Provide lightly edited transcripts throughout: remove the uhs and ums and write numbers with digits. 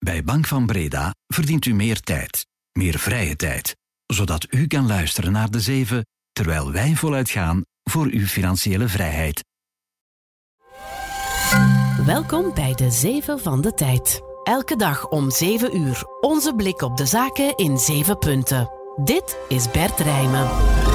Bij Bank van Breda verdient u meer tijd, meer vrije tijd, zodat u kan luisteren naar de 7, terwijl wij voluit gaan voor uw financiële vrijheid. Welkom bij de 7 van de tijd. Elke dag om 7 uur. Onze blik op de zaken in 7 punten. Dit is Bert Rijmen.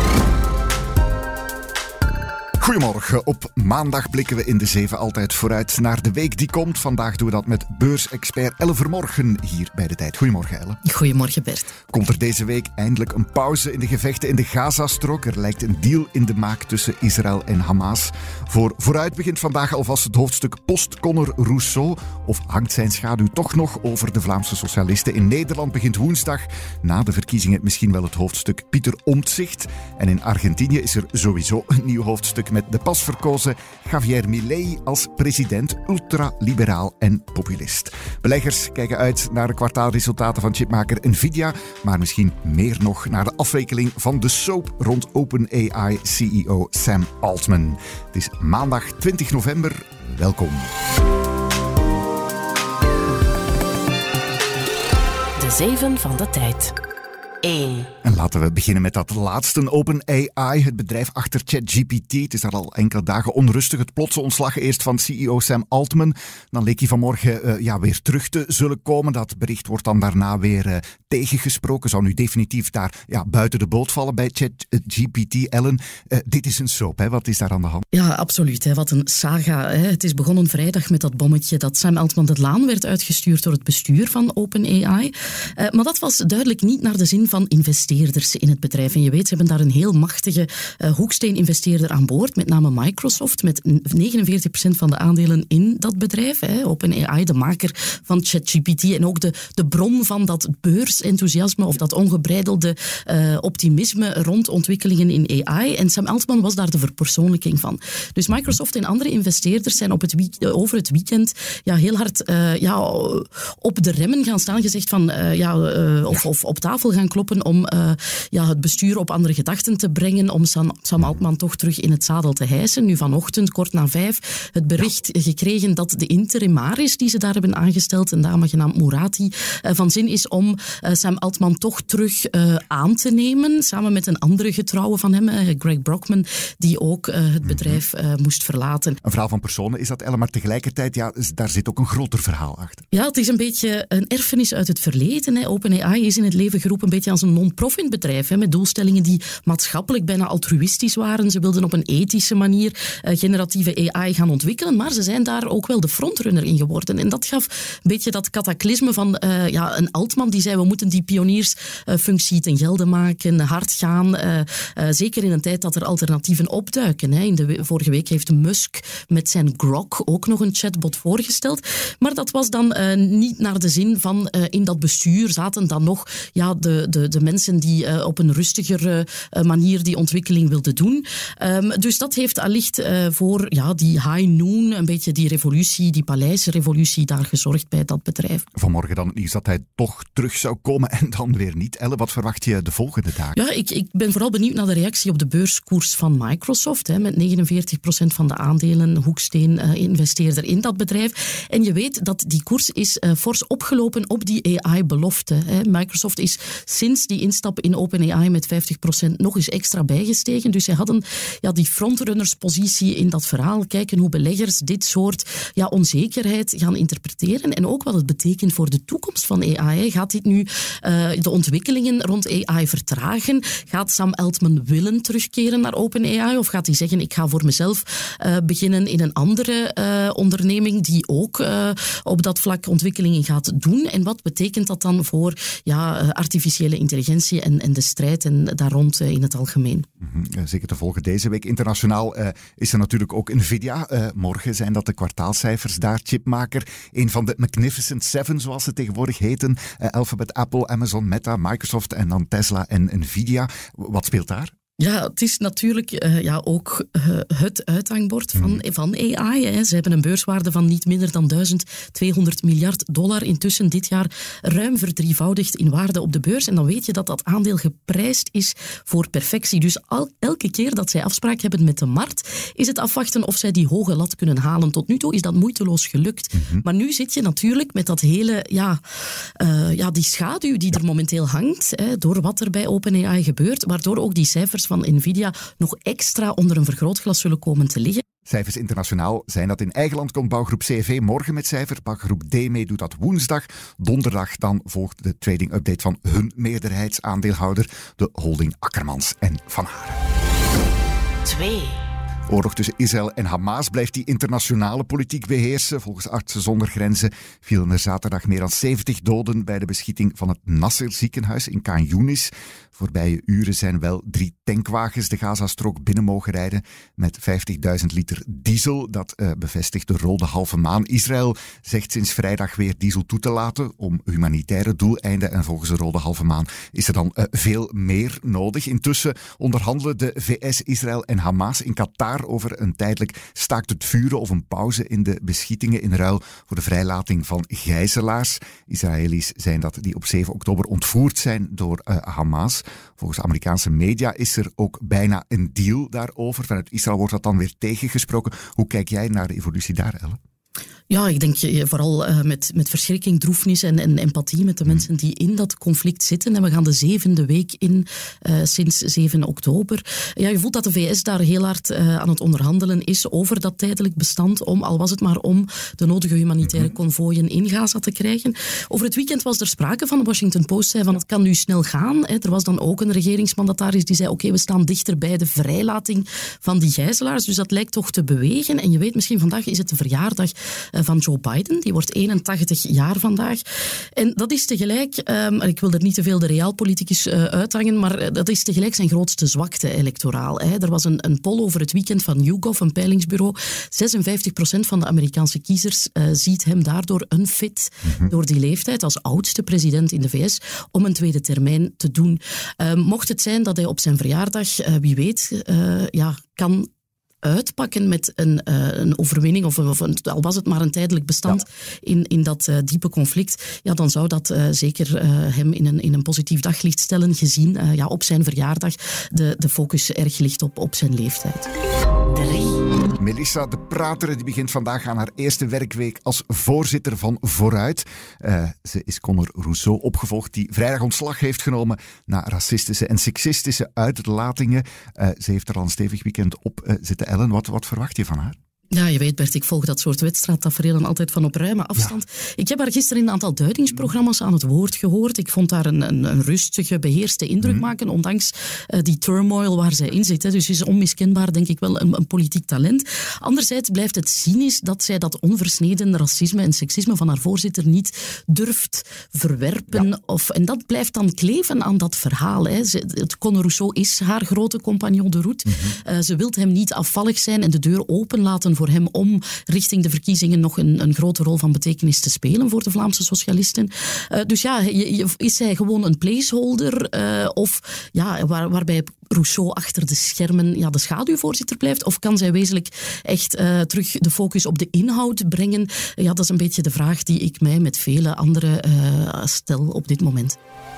Goedemorgen. Op maandag blikken we in de 7 altijd vooruit naar de week die komt. Vandaag doen we dat met beursexpert Elle Vermorgen hier bij de tijd. Goedemorgen, Elle. Goedemorgen, Bert. Komt er deze week eindelijk een pauze in de gevechten in de Gazastrook? Er lijkt een deal in de maak tussen Israël en Hamas. Vooruit begint vandaag alvast het hoofdstuk post-Conor Rousseau. Of hangt zijn schaduw toch nog over de Vlaamse socialisten? In Nederland begint woensdag na de verkiezingen misschien wel het hoofdstuk Pieter Omtzigt. En in Argentinië is er sowieso een nieuw hoofdstuk met de pas verkozen Javier Milei als president, ultraliberaal en populist. Beleggers kijken uit naar de kwartaalresultaten van chipmaker Nvidia, maar misschien meer nog naar de afwikkeling van de soap rond OpenAI-CEO Sam Altman. Het is maandag 20 november. Welkom. De 7 van de tijd. 1. En laten we beginnen met dat laatste. OpenAI, het bedrijf achter ChatGPT. Het is daar al enkele dagen onrustig. Het plotse ontslag eerst van CEO Sam Altman. Dan leek hij vanmorgen weer terug te zullen komen. Dat bericht wordt dan daarna weer tegengesproken. Zou nu definitief daar buiten de boot vallen bij ChatGPT. Ellen, dit is een soap, hè? Wat is daar aan de hand? Ja, absoluut. Hè. Wat een saga. Hè. Het is begonnen vrijdag met dat bommetje dat Sam Altman de laan werd uitgestuurd door het bestuur van OpenAI. Maar dat was duidelijk niet naar de zin van investeerders in het bedrijf. En je weet, ze hebben daar een heel machtige hoeksteeninvesteerder aan boord, met name Microsoft, met 49% van de aandelen in dat bedrijf. Hè. OpenAI, de maker van ChatGPT en ook de bron van dat beursenthousiasme of dat ongebreidelde optimisme rond ontwikkelingen in AI. En Sam Altman was daar de verpersoonlijking van. Dus Microsoft en andere investeerders zijn over het weekend heel hard op de remmen gaan staan, gezegd van of op tafel gaan kloppen om het bestuur op andere gedachten te brengen, om Sam Altman toch terug in het zadel te hijsen. Nu vanochtend, kort na 5, het bericht gekregen dat de interimaris die ze daar hebben aangesteld, een dame genaamd Mourati, van zin is om Sam Altman toch terug aan te nemen, samen met een andere getrouwe van hem, Greg Brockman, die ook het bedrijf moest verlaten. Een verhaal van personen is dat, Elle, maar tegelijkertijd, daar zit ook een groter verhaal achter. Ja, het is een beetje een erfenis uit het verleden. Hè. OpenAI is in het leven geroepen een beetje als een non-profit bedrijf, hè, met doelstellingen die maatschappelijk bijna altruïstisch waren. Ze wilden op een ethische manier generatieve AI gaan ontwikkelen, maar ze zijn daar ook wel de frontrunner in geworden. En dat gaf een beetje dat cataclysme van een Altman die zei, we moeten die pioniersfunctie ten gelde maken, hard gaan. Zeker in een tijd dat er alternatieven opduiken. Hè. Vorige week heeft Musk met zijn Grok ook nog een chatbot voorgesteld. Maar dat was dan niet naar de zin van in dat bestuur zaten dan nog de mensen die op een rustigere manier die ontwikkeling wilden doen. Dus dat heeft allicht voor die high noon, een beetje die revolutie, die paleisrevolutie daar gezorgd bij dat bedrijf. Vanmorgen dan het nieuws dat hij toch terug zou komen en dan weer niet. Elle, wat verwacht je de volgende dagen? Ja, ik ben vooral benieuwd naar de reactie op de beurskoers van Microsoft. Hè, met 49% van de aandelen, hoeksteen investeerder in dat bedrijf. En je weet dat die koers is fors opgelopen op die AI-belofte. Microsoft is sinds die instap in OpenAI met 50% nog eens extra bijgestegen. Dus zij hadden die frontrunnerspositie in dat verhaal. Kijken hoe beleggers dit soort onzekerheid gaan interpreteren en ook wat het betekent voor de toekomst van AI. Gaat dit nu de ontwikkelingen rond AI vertragen? Gaat Sam Altman willen terugkeren naar OpenAI of gaat hij zeggen, ik ga voor mezelf beginnen in een andere onderneming die ook op dat vlak ontwikkelingen gaat doen? En wat betekent dat dan voor artificiële intelligentie en de strijd en daar rond in het algemeen? Zeker te volgen deze week. Internationaal is er natuurlijk ook Nvidia. Morgen zijn dat de kwartaalcijfers daar. Chipmaker, een van de Magnificent Seven, zoals ze tegenwoordig heten. Alphabet, Apple, Amazon, Meta, Microsoft en dan Tesla en Nvidia. Wat speelt daar? Ja, het is natuurlijk ook het uithangbord van AI. Hè. Ze hebben een beurswaarde van niet minder dan $1.200 miljard. Intussen dit jaar ruim verdrievoudigd in waarde op de beurs. En dan weet je dat dat aandeel geprijsd is voor perfectie. Dus elke keer dat zij afspraak hebben met de markt, is het afwachten of zij die hoge lat kunnen halen. Tot nu toe is dat moeiteloos gelukt. Maar nu zit je natuurlijk met dat hele, die schaduw die er momenteel hangt, hè, door wat er bij OpenAI gebeurt, waardoor ook die cijfers van Nvidia nog extra onder een vergrootglas zullen komen te liggen. Cijfers internationaal zijn dat in eigen land komt bouwgroep CEV morgen met cijfer. Bouwgroep DME doet dat woensdag. Donderdag dan volgt de trading update van hun meerderheidsaandeelhouder, de holding Akkermans en Van Haren. 2. Oorlog tussen Israël en Hamas blijft die internationale politiek beheersen. Volgens Artsen zonder Grenzen vielen er zaterdag meer dan 70 doden bij de beschieting van het Nasser ziekenhuis in Khan Yunis. Voorbije uren zijn wel 3 tankwagens de Gazastrook binnen mogen rijden met 50.000 liter diesel. Dat bevestigt de Rode Halve Maan. Israël zegt sinds vrijdag weer diesel toe te laten om humanitaire doeleinden. En volgens de Rode Halve Maan is er dan veel meer nodig. Intussen onderhandelen de VS, Israël en Hamas in Qatar over een tijdelijk staakt het vuren of een pauze in de beschietingen in ruil voor de vrijlating van gijzelaars. Israëli's zijn dat die op 7 oktober ontvoerd zijn door Hamas. Volgens Amerikaanse media is er ook bijna een deal daarover. Vanuit Israël wordt dat dan weer tegengesproken. Hoe kijk jij naar de evolutie daar, Elle? Ja, ik denk vooral met verschrikking, droefnis en empathie met de mensen die in dat conflict zitten. En we gaan de 7e week in sinds 7 oktober. Ja, je voelt dat de VS daar heel hard aan het onderhandelen is over dat tijdelijk bestand, al was het maar om de nodige humanitaire konvooien in Gaza te krijgen. Over het weekend was er sprake van, de Washington Post zei van het kan nu snel gaan. Er was dan ook een regeringsmandataris die zei oké, we staan dichter bij de vrijlating van die gijzelaars. Dus dat lijkt toch te bewegen. En je weet misschien, vandaag is het de verjaardag van Joe Biden. Die wordt 81 jaar vandaag. En dat is tegelijk, ik wil er niet te veel de realpoliticus uithangen, maar dat is tegelijk zijn grootste zwakte electoraal. Er was een poll over het weekend van YouGov, een peilingsbureau. 56% van de Amerikaanse kiezers ziet hem daardoor unfit door die leeftijd als oudste president in de VS om een tweede termijn te doen. Mocht het zijn dat hij op zijn verjaardag, wie weet, kan uitpakken met een overwinning, of al was het maar een tijdelijk bestand in dat diepe conflict, dan zou dat zeker hem in een positief daglicht stellen, gezien op zijn verjaardag de focus erg ligt op zijn leeftijd. 3. Melissa de Prater die begint vandaag aan haar eerste werkweek als voorzitter van Vooruit. Ze is Conor Rousseau opgevolgd, die vrijdag ontslag heeft genomen na racistische en seksistische uitlatingen. Ze heeft er al een stevig weekend op zitten. Ellen, wat verwacht je van haar? Ja, je weet Bert, ik volg dat soort wedstrijdtaferelen altijd van op ruime afstand. Ja. Ik heb haar gisteren in een aantal duidingsprogramma's aan het woord gehoord. Ik vond haar een rustige, beheerste indruk maken, ondanks die turmoil waar zij in zit. Hè. Dus ze is onmiskenbaar, denk ik wel, een politiek talent. Anderzijds blijft het cynisch dat zij dat onversneden racisme en seksisme van haar voorzitter niet durft verwerpen. Ja. En dat blijft dan kleven aan dat verhaal. Hè. Conor Rousseau is haar grote compagnon de route. Ze wil hem niet afvallig zijn en de deur open laten voor hem om richting de verkiezingen nog een grote rol van betekenis te spelen voor de Vlaamse socialisten. Dus is hij gewoon een placeholder waarbij Rousseau achter de schermen de schaduwvoorzitter blijft? Of kan zij wezenlijk echt terug de focus op de inhoud brengen? Ja, dat is een beetje de vraag die ik mij met vele anderen stel op dit moment.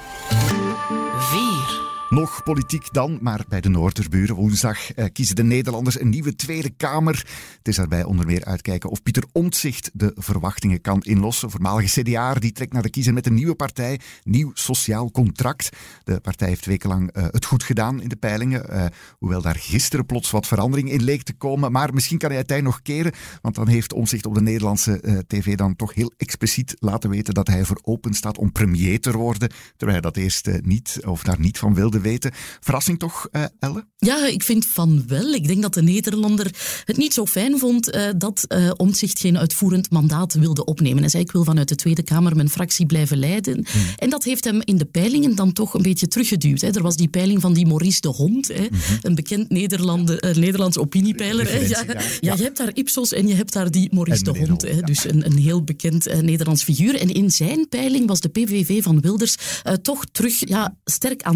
4. Nog politiek dan, maar bij de Noorderburen. Woensdag kiezen de Nederlanders een nieuwe Tweede Kamer. Het is daarbij onder meer uitkijken of Pieter Omtzigt de verwachtingen kan inlossen. Voormalige CDA die trekt naar de kiezer met een nieuwe partij, Nieuw Sociaal Contract. De partij heeft wekenlang het goed gedaan in de peilingen, hoewel daar gisteren plots wat verandering in leek te komen. Maar misschien kan hij het tij nog keren, want dan heeft Omtzigt op de Nederlandse tv dan toch heel expliciet laten weten dat hij voor open staat om premier te worden, terwijl hij dat eerst daar niet van wilde weten. Verrassing toch, Elle? Ja, ik vind van wel. Ik denk dat de Nederlander het niet zo fijn vond dat Omtzigt geen uitvoerend mandaat wilde opnemen. Hij zei, ik wil vanuit de Tweede Kamer mijn fractie blijven leiden. En dat heeft hem in de peilingen dan toch een beetje teruggeduwd. Hè. Er was die peiling van die Maurice de Hond, een bekend Nederlands opiniepeiler. Je hebt daar Ipsos en je hebt daar die Maurice de Hond. Ja. Dus een heel bekend Nederlands figuur. En in zijn peiling was de PVV van Wilders toch terug sterk aan zet en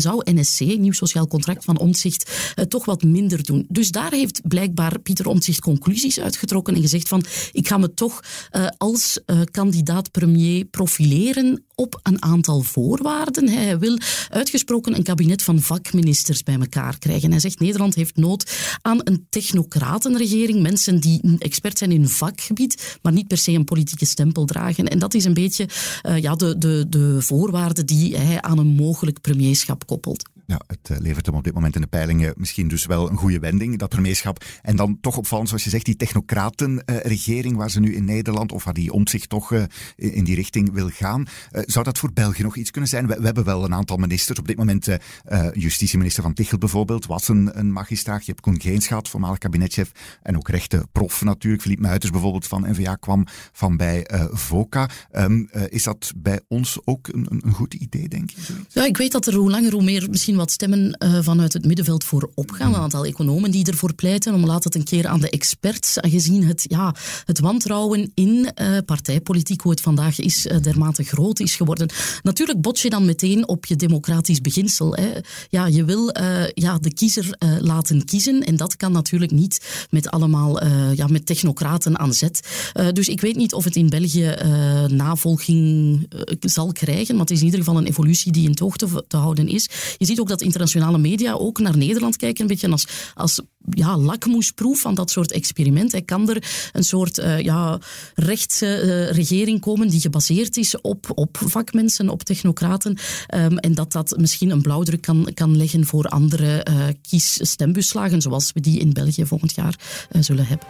zou NSC, Nieuw Sociaal Contract van Omtzigt, toch wat minder doen. Dus daar heeft blijkbaar Pieter Omtzigt conclusies uitgetrokken en gezegd van, ik ga me toch als kandidaat premier profileren op een aantal voorwaarden. Hij wil uitgesproken een kabinet van vakministers bij elkaar krijgen. Hij zegt, Nederland heeft nood aan een technocratenregering, mensen die expert zijn in hun vakgebied, maar niet per se een politieke stempel dragen. En dat is een beetje de voorwaarden die hij aan een mogelijk premierschap koppelt. Ja, het levert hem op dit moment in de peilingen misschien dus wel een goede wending, dat premierschap. En dan toch opvallend, zoals je zegt, die technocratenregering waar ze nu in Nederland, of waar die Omtzigt toch in die richting wil gaan. Zou dat voor België nog iets kunnen zijn? We hebben wel een aantal ministers. Op dit moment justitieminister Van Tichel bijvoorbeeld was een magistraat. Je hebt Koen Geens gehad, voormalig kabinetchef. En ook rechtenprof natuurlijk. Philippe Muiters bijvoorbeeld van N-VA kwam van bij VOCA. Is dat bij ons ook een goed idee, denk je? Ja, ik weet dat er hoe langer hoe meer misschien wat stemmen vanuit het middenveld voor opgaan. Een aantal economen die ervoor pleiten om laat het een keer aan de experts, aangezien het wantrouwen in partijpolitiek, hoe het vandaag is, dermate groot is geworden. Natuurlijk bots je dan meteen op je democratisch beginsel. Hè. Ja, je wil de kiezer laten kiezen en dat kan natuurlijk niet met allemaal met technocraten aan zet. Dus ik weet niet of het in België navolging zal krijgen, maar het is in ieder geval een evolutie die in toog te houden is. Je ziet ook dat internationale media ook naar Nederland kijken, een beetje als lakmoesproef van dat soort experiment. Hij kan er een soort rechtse regering komen die gebaseerd is op vakmensen, op technocraten. En dat misschien een blauwdruk kan leggen voor andere kies-stembusslagen, zoals we die in België volgend jaar zullen hebben.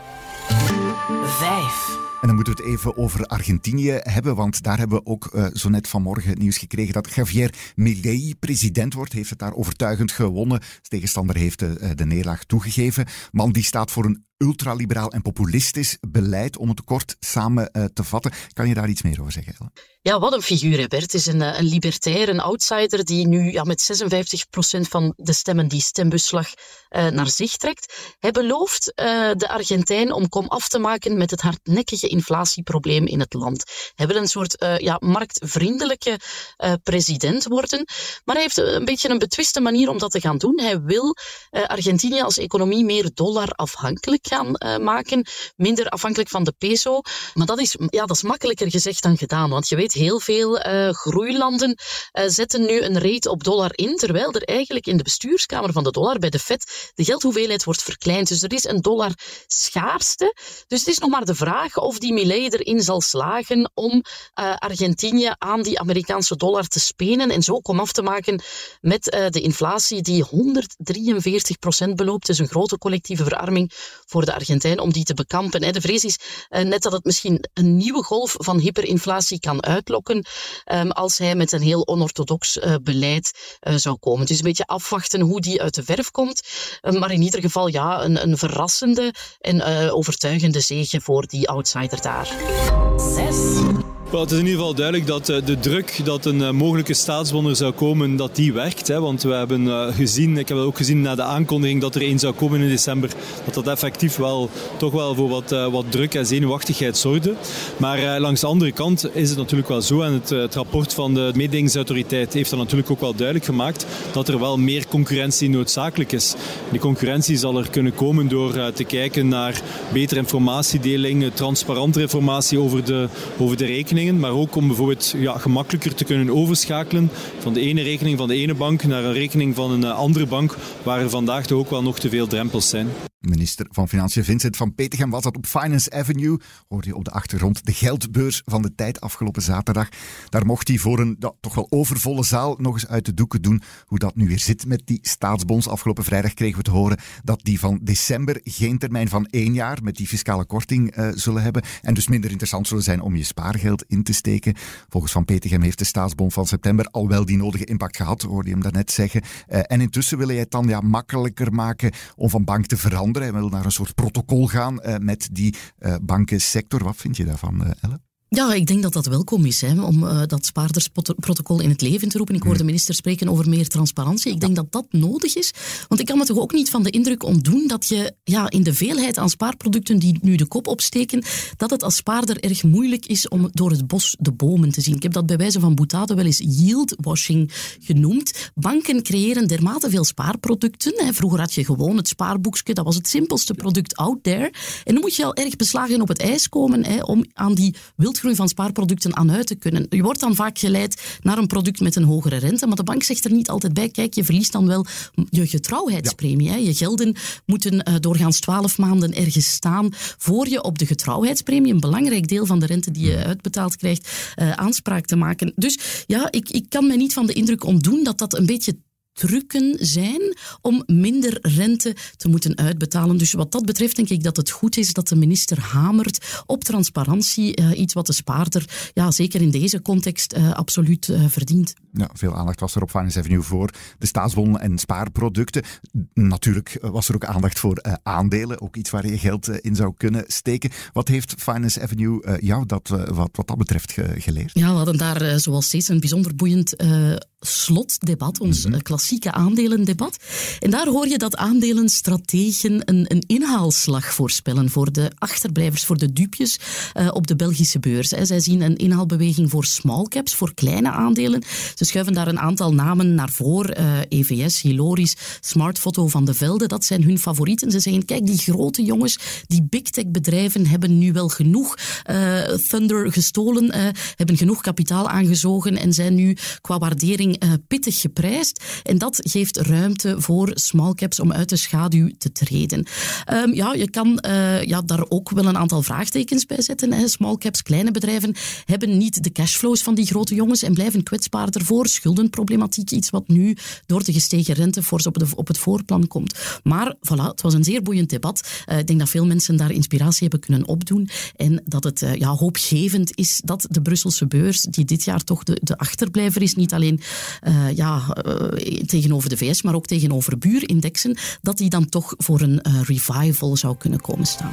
5. En dan moeten we het even over Argentinië hebben, want daar hebben we ook zo net vanmorgen het nieuws gekregen dat Javier Milei president wordt. Heeft het daar overtuigend gewonnen. Zijn tegenstander heeft de neerlaag toegegeven. Man die staat voor een ultraliberaal en populistisch beleid, om het kort samen te vatten. Kan je daar iets meer over zeggen, Ellen? Ja, wat een figuur, hè, Bert. Het is een libertair, een outsider die nu met 56% van de stemmen die stembusslag naar zich trekt. Hij belooft de Argentijn om komaf te maken met het hardnekkige inflatieprobleem in het land. Hij wil een soort marktvriendelijke president worden, maar hij heeft een beetje een betwiste manier om dat te gaan doen. Hij wil Argentinië als economie meer dollarafhankelijk gaan maken, minder afhankelijk van de peso. Maar dat is makkelijker gezegd dan gedaan, want je weet, heel veel groeilanden zetten nu een rate op dollar in, terwijl er eigenlijk in de bestuurskamer van de dollar bij de Fed de geldhoeveelheid wordt verkleind. Dus er is een dollar schaarste. Dus het is nog maar de vraag of die Milei erin zal slagen om Argentinië aan die Amerikaanse dollar te spenen en zo komaf te maken met de inflatie die 143% beloopt. Dus een grote collectieve verarming voor de Argentijn om die te bekampen. De vrees is net dat het misschien een nieuwe golf van hyperinflatie kan uitlokken als hij met een heel onorthodox beleid zou komen. Het is een beetje afwachten hoe die uit de verf komt, maar in ieder geval een verrassende en overtuigende zege voor die outsider daar. 6. Wel, het is in ieder geval duidelijk dat de druk dat een mogelijke staatsbond er zou komen, dat die werkt. Hè? Want we hebben gezien, ik heb het ook gezien na de aankondiging dat er één zou komen in december, dat effectief toch wel voor wat druk en zenuwachtigheid zorgde. Maar langs de andere kant is het natuurlijk wel zo, en het rapport van de mededingingsautoriteit heeft dat natuurlijk ook wel duidelijk gemaakt, dat er wel meer concurrentie noodzakelijk is. Die concurrentie zal er kunnen komen door te kijken naar betere informatiedeling, transparantere informatie over de rekening. Maar ook om bijvoorbeeld gemakkelijker te kunnen overschakelen van de ene rekening van de ene bank naar een rekening van een andere bank, waar er vandaag toch ook wel nog te veel drempels zijn. Minister van Financiën Vincent van Petegem was dat op Finance Avenue. Hoorde je op de achtergrond de geldbeurs van de tijd afgelopen zaterdag. Daar mocht hij voor een toch wel overvolle zaal nog eens uit de doeken doen hoe dat nu weer zit met die staatsbonds. Afgelopen vrijdag kregen we te horen dat die van december geen termijn van 1 jaar met die fiscale korting zullen hebben en dus minder interessant zullen zijn om je spaargeld in te steken. Volgens Van Petegem heeft de staatsbond van september al wel die nodige impact gehad, hoorde je hem daarnet zeggen. En intussen wil hij het dan makkelijker maken om van bank te veranderen. Hij wil naar een soort protocol gaan met die bankensector. Wat vind je daarvan, Elle? Ja, ik denk dat dat welkom is, om dat spaardersprotocol in het leven te roepen. Ik hoor de minister spreken over meer transparantie. Ik denk dat dat nodig is. Want ik kan me toch ook niet van de indruk ontdoen dat je in de veelheid aan spaarproducten die nu de kop opsteken, dat het als spaarder erg moeilijk is om door het bos de bomen te zien. Ik heb dat bij wijze van boutade wel eens yield-washing genoemd. Banken creëren dermate veel spaarproducten. Vroeger had je gewoon het spaarboekje, dat was het simpelste product out there. En dan moet je al erg beslagen op het ijs komen om aan die wildgroei van spaarproducten aan uit te kunnen. Je wordt dan vaak geleid naar een product met een hogere rente, maar de bank zegt er niet altijd bij, kijk, je verliest dan wel je getrouwheidspremie. Ja. Je gelden moeten doorgaans 12 maanden ergens staan voor je op de getrouwheidspremie, een belangrijk deel van de rente die je uitbetaald krijgt, aanspraak te maken. Dus ja, ik kan mij niet van de indruk ontdoen dat dat een beetje trucken zijn om minder rente te moeten uitbetalen. Dus wat dat betreft denk ik dat het goed is dat de minister hamert op transparantie, iets wat de spaarder, zeker in deze context, absoluut verdient. Ja, veel aandacht was er op Finance Avenue voor de staatsbonnen en spaarproducten. Natuurlijk was er ook aandacht voor aandelen, ook iets waar je geld in zou kunnen steken. Wat heeft Finance Avenue jou wat dat betreft geleerd? Ja, we hadden daar zoals steeds een bijzonder boeiend slotdebat, ons klassieke aandelendebat. En daar hoor je dat aandelenstrategen een inhaalslag voorspellen voor de achterblijvers, voor de dupe's op de Belgische beurs. Zij zien een inhaalbeweging voor small caps, voor kleine aandelen. Ze schuiven daar een aantal namen naar voren. EVS, Hiloris, Smartfoto, Van de Velde, dat zijn hun favorieten. Ze zeggen, kijk, die grote jongens, die big tech bedrijven hebben nu wel genoeg thunder gestolen, hebben genoeg kapitaal aangezogen en zijn nu qua waardering pittig geprijsd. En dat geeft ruimte voor small caps om uit de schaduw te treden. Je kan daar ook wel een aantal vraagtekens bij zetten. Small caps, kleine bedrijven, hebben niet de cashflows van die grote jongens en blijven kwetsbaarder voor schuldenproblematiek. Iets wat nu door de gestegen rente fors op het voorplan komt. Maar voilà, het was een zeer boeiend debat. Ik denk dat veel mensen daar inspiratie hebben kunnen opdoen. En dat het hoopgevend is dat de Brusselse beurs, die dit jaar toch de achterblijver is, niet alleen tegenover de VS, maar ook tegenover buurindexen, dat die dan toch voor een revival zou kunnen komen staan.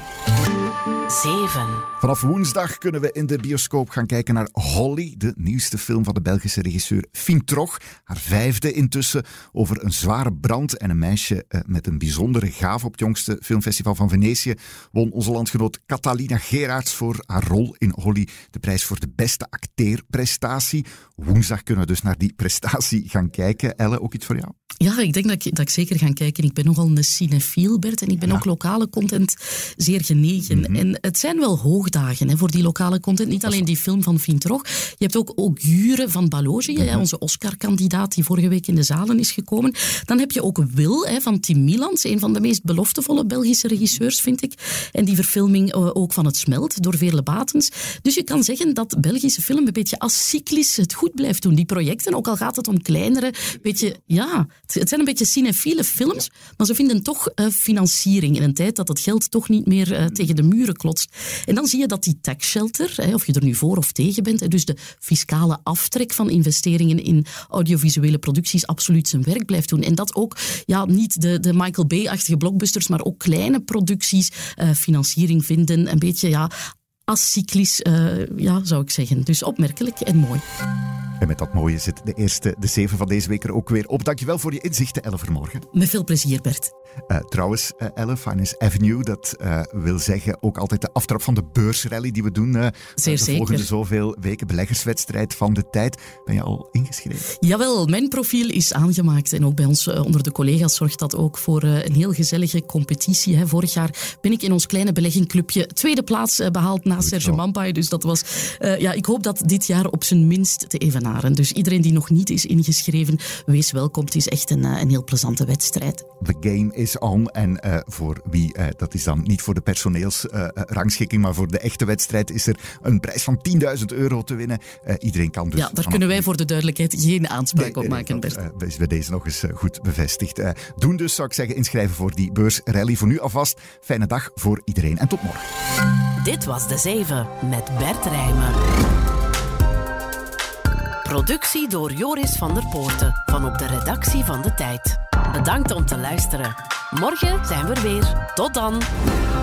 7. Vanaf woensdag kunnen we in de bioscoop gaan kijken naar Holly, de nieuwste film van de Belgische regisseur Fien Trog. Haar 5e intussen, over een zware brand en een meisje met een bijzondere gave. Op het jongste filmfestival van Venetië won onze landgenoot Catalina Geraerts voor haar rol in Holly de prijs voor de beste acteerprestatie. Woensdag kunnen we dus naar die prestatie gaan kijken. Elle, ook iets voor jou? Ja, ik denk dat ik zeker ga kijken. Ik ben nogal een cinefiel, Bert, en ik ben ook lokale content zeer genegen. En het zijn wel hoogdagen voor die lokale content. Niet alleen die film van Fien Trog. Je hebt ook Augure van Balogi, onze Oscar-kandidaat die vorige week in de zalen is gekomen. Dan heb je ook Wil van Tim Milans, een van de meest beloftevolle Belgische regisseurs, vind ik. En die verfilming ook van Het Smelt, door Veerle Batens. Dus je kan zeggen dat Belgische film een beetje acyclisch het goed blijft doen. Die projecten, ook al gaat het om kleinere, het zijn een beetje cinefiele films, maar ze vinden toch financiering in een tijd dat het geld toch niet meer tegen de muren klotst. En dan zie je dat die tax shelter, of je er nu voor of tegen bent, dus de fiscale aftrek van investeringen in audiovisuele producties absoluut zijn werk blijft doen. En dat ook niet de Michael Bay-achtige blockbusters, maar ook kleine producties financiering vinden. Een beetje acyclisch, zou ik zeggen. Dus opmerkelijk en mooi. En met dat mooie zit de 7 van deze week er ook weer op. Dankjewel voor je inzichten, Elle Vermorgen. Met veel plezier, Bert. Trouwens, Elle, Finance Avenue, dat wil zeggen ook altijd de aftrap van de beursrally die we doen. Zeer de zeker. volgende zoveel weken, beleggerswedstrijd van de tijd. Ben je al ingeschreven? Jawel, mijn profiel is aangemaakt. En ook bij ons onder de collega's zorgt dat ook voor een heel gezellige competitie. Vorig jaar ben ik in ons kleine beleggingclubje tweede plaats behaald na Serge Mampai. Dus dat was... ik hoop dat dit jaar op zijn minst te evenaren. Dus iedereen die nog niet is ingeschreven, wees welkom. Het is echt een heel plezante wedstrijd. The game is on. En voor wie, dat is dan niet voor de personeelsrangschikking, maar voor de echte wedstrijd is er een prijs van €10.000 te winnen. Iedereen kan dus... Ja, daar kunnen wij voor de duidelijkheid geen aanspraak op maken, Bert. Is bij deze nog eens goed bevestigd. Doen dus, zou ik zeggen, inschrijven voor die beursrally. Voor nu alvast, fijne dag voor iedereen en tot morgen. Dit was de 7 met Bert Rijmen. Productie door Joris van der Poorten van op de redactie van De Tijd. Bedankt om te luisteren. Morgen zijn we er weer. Tot dan.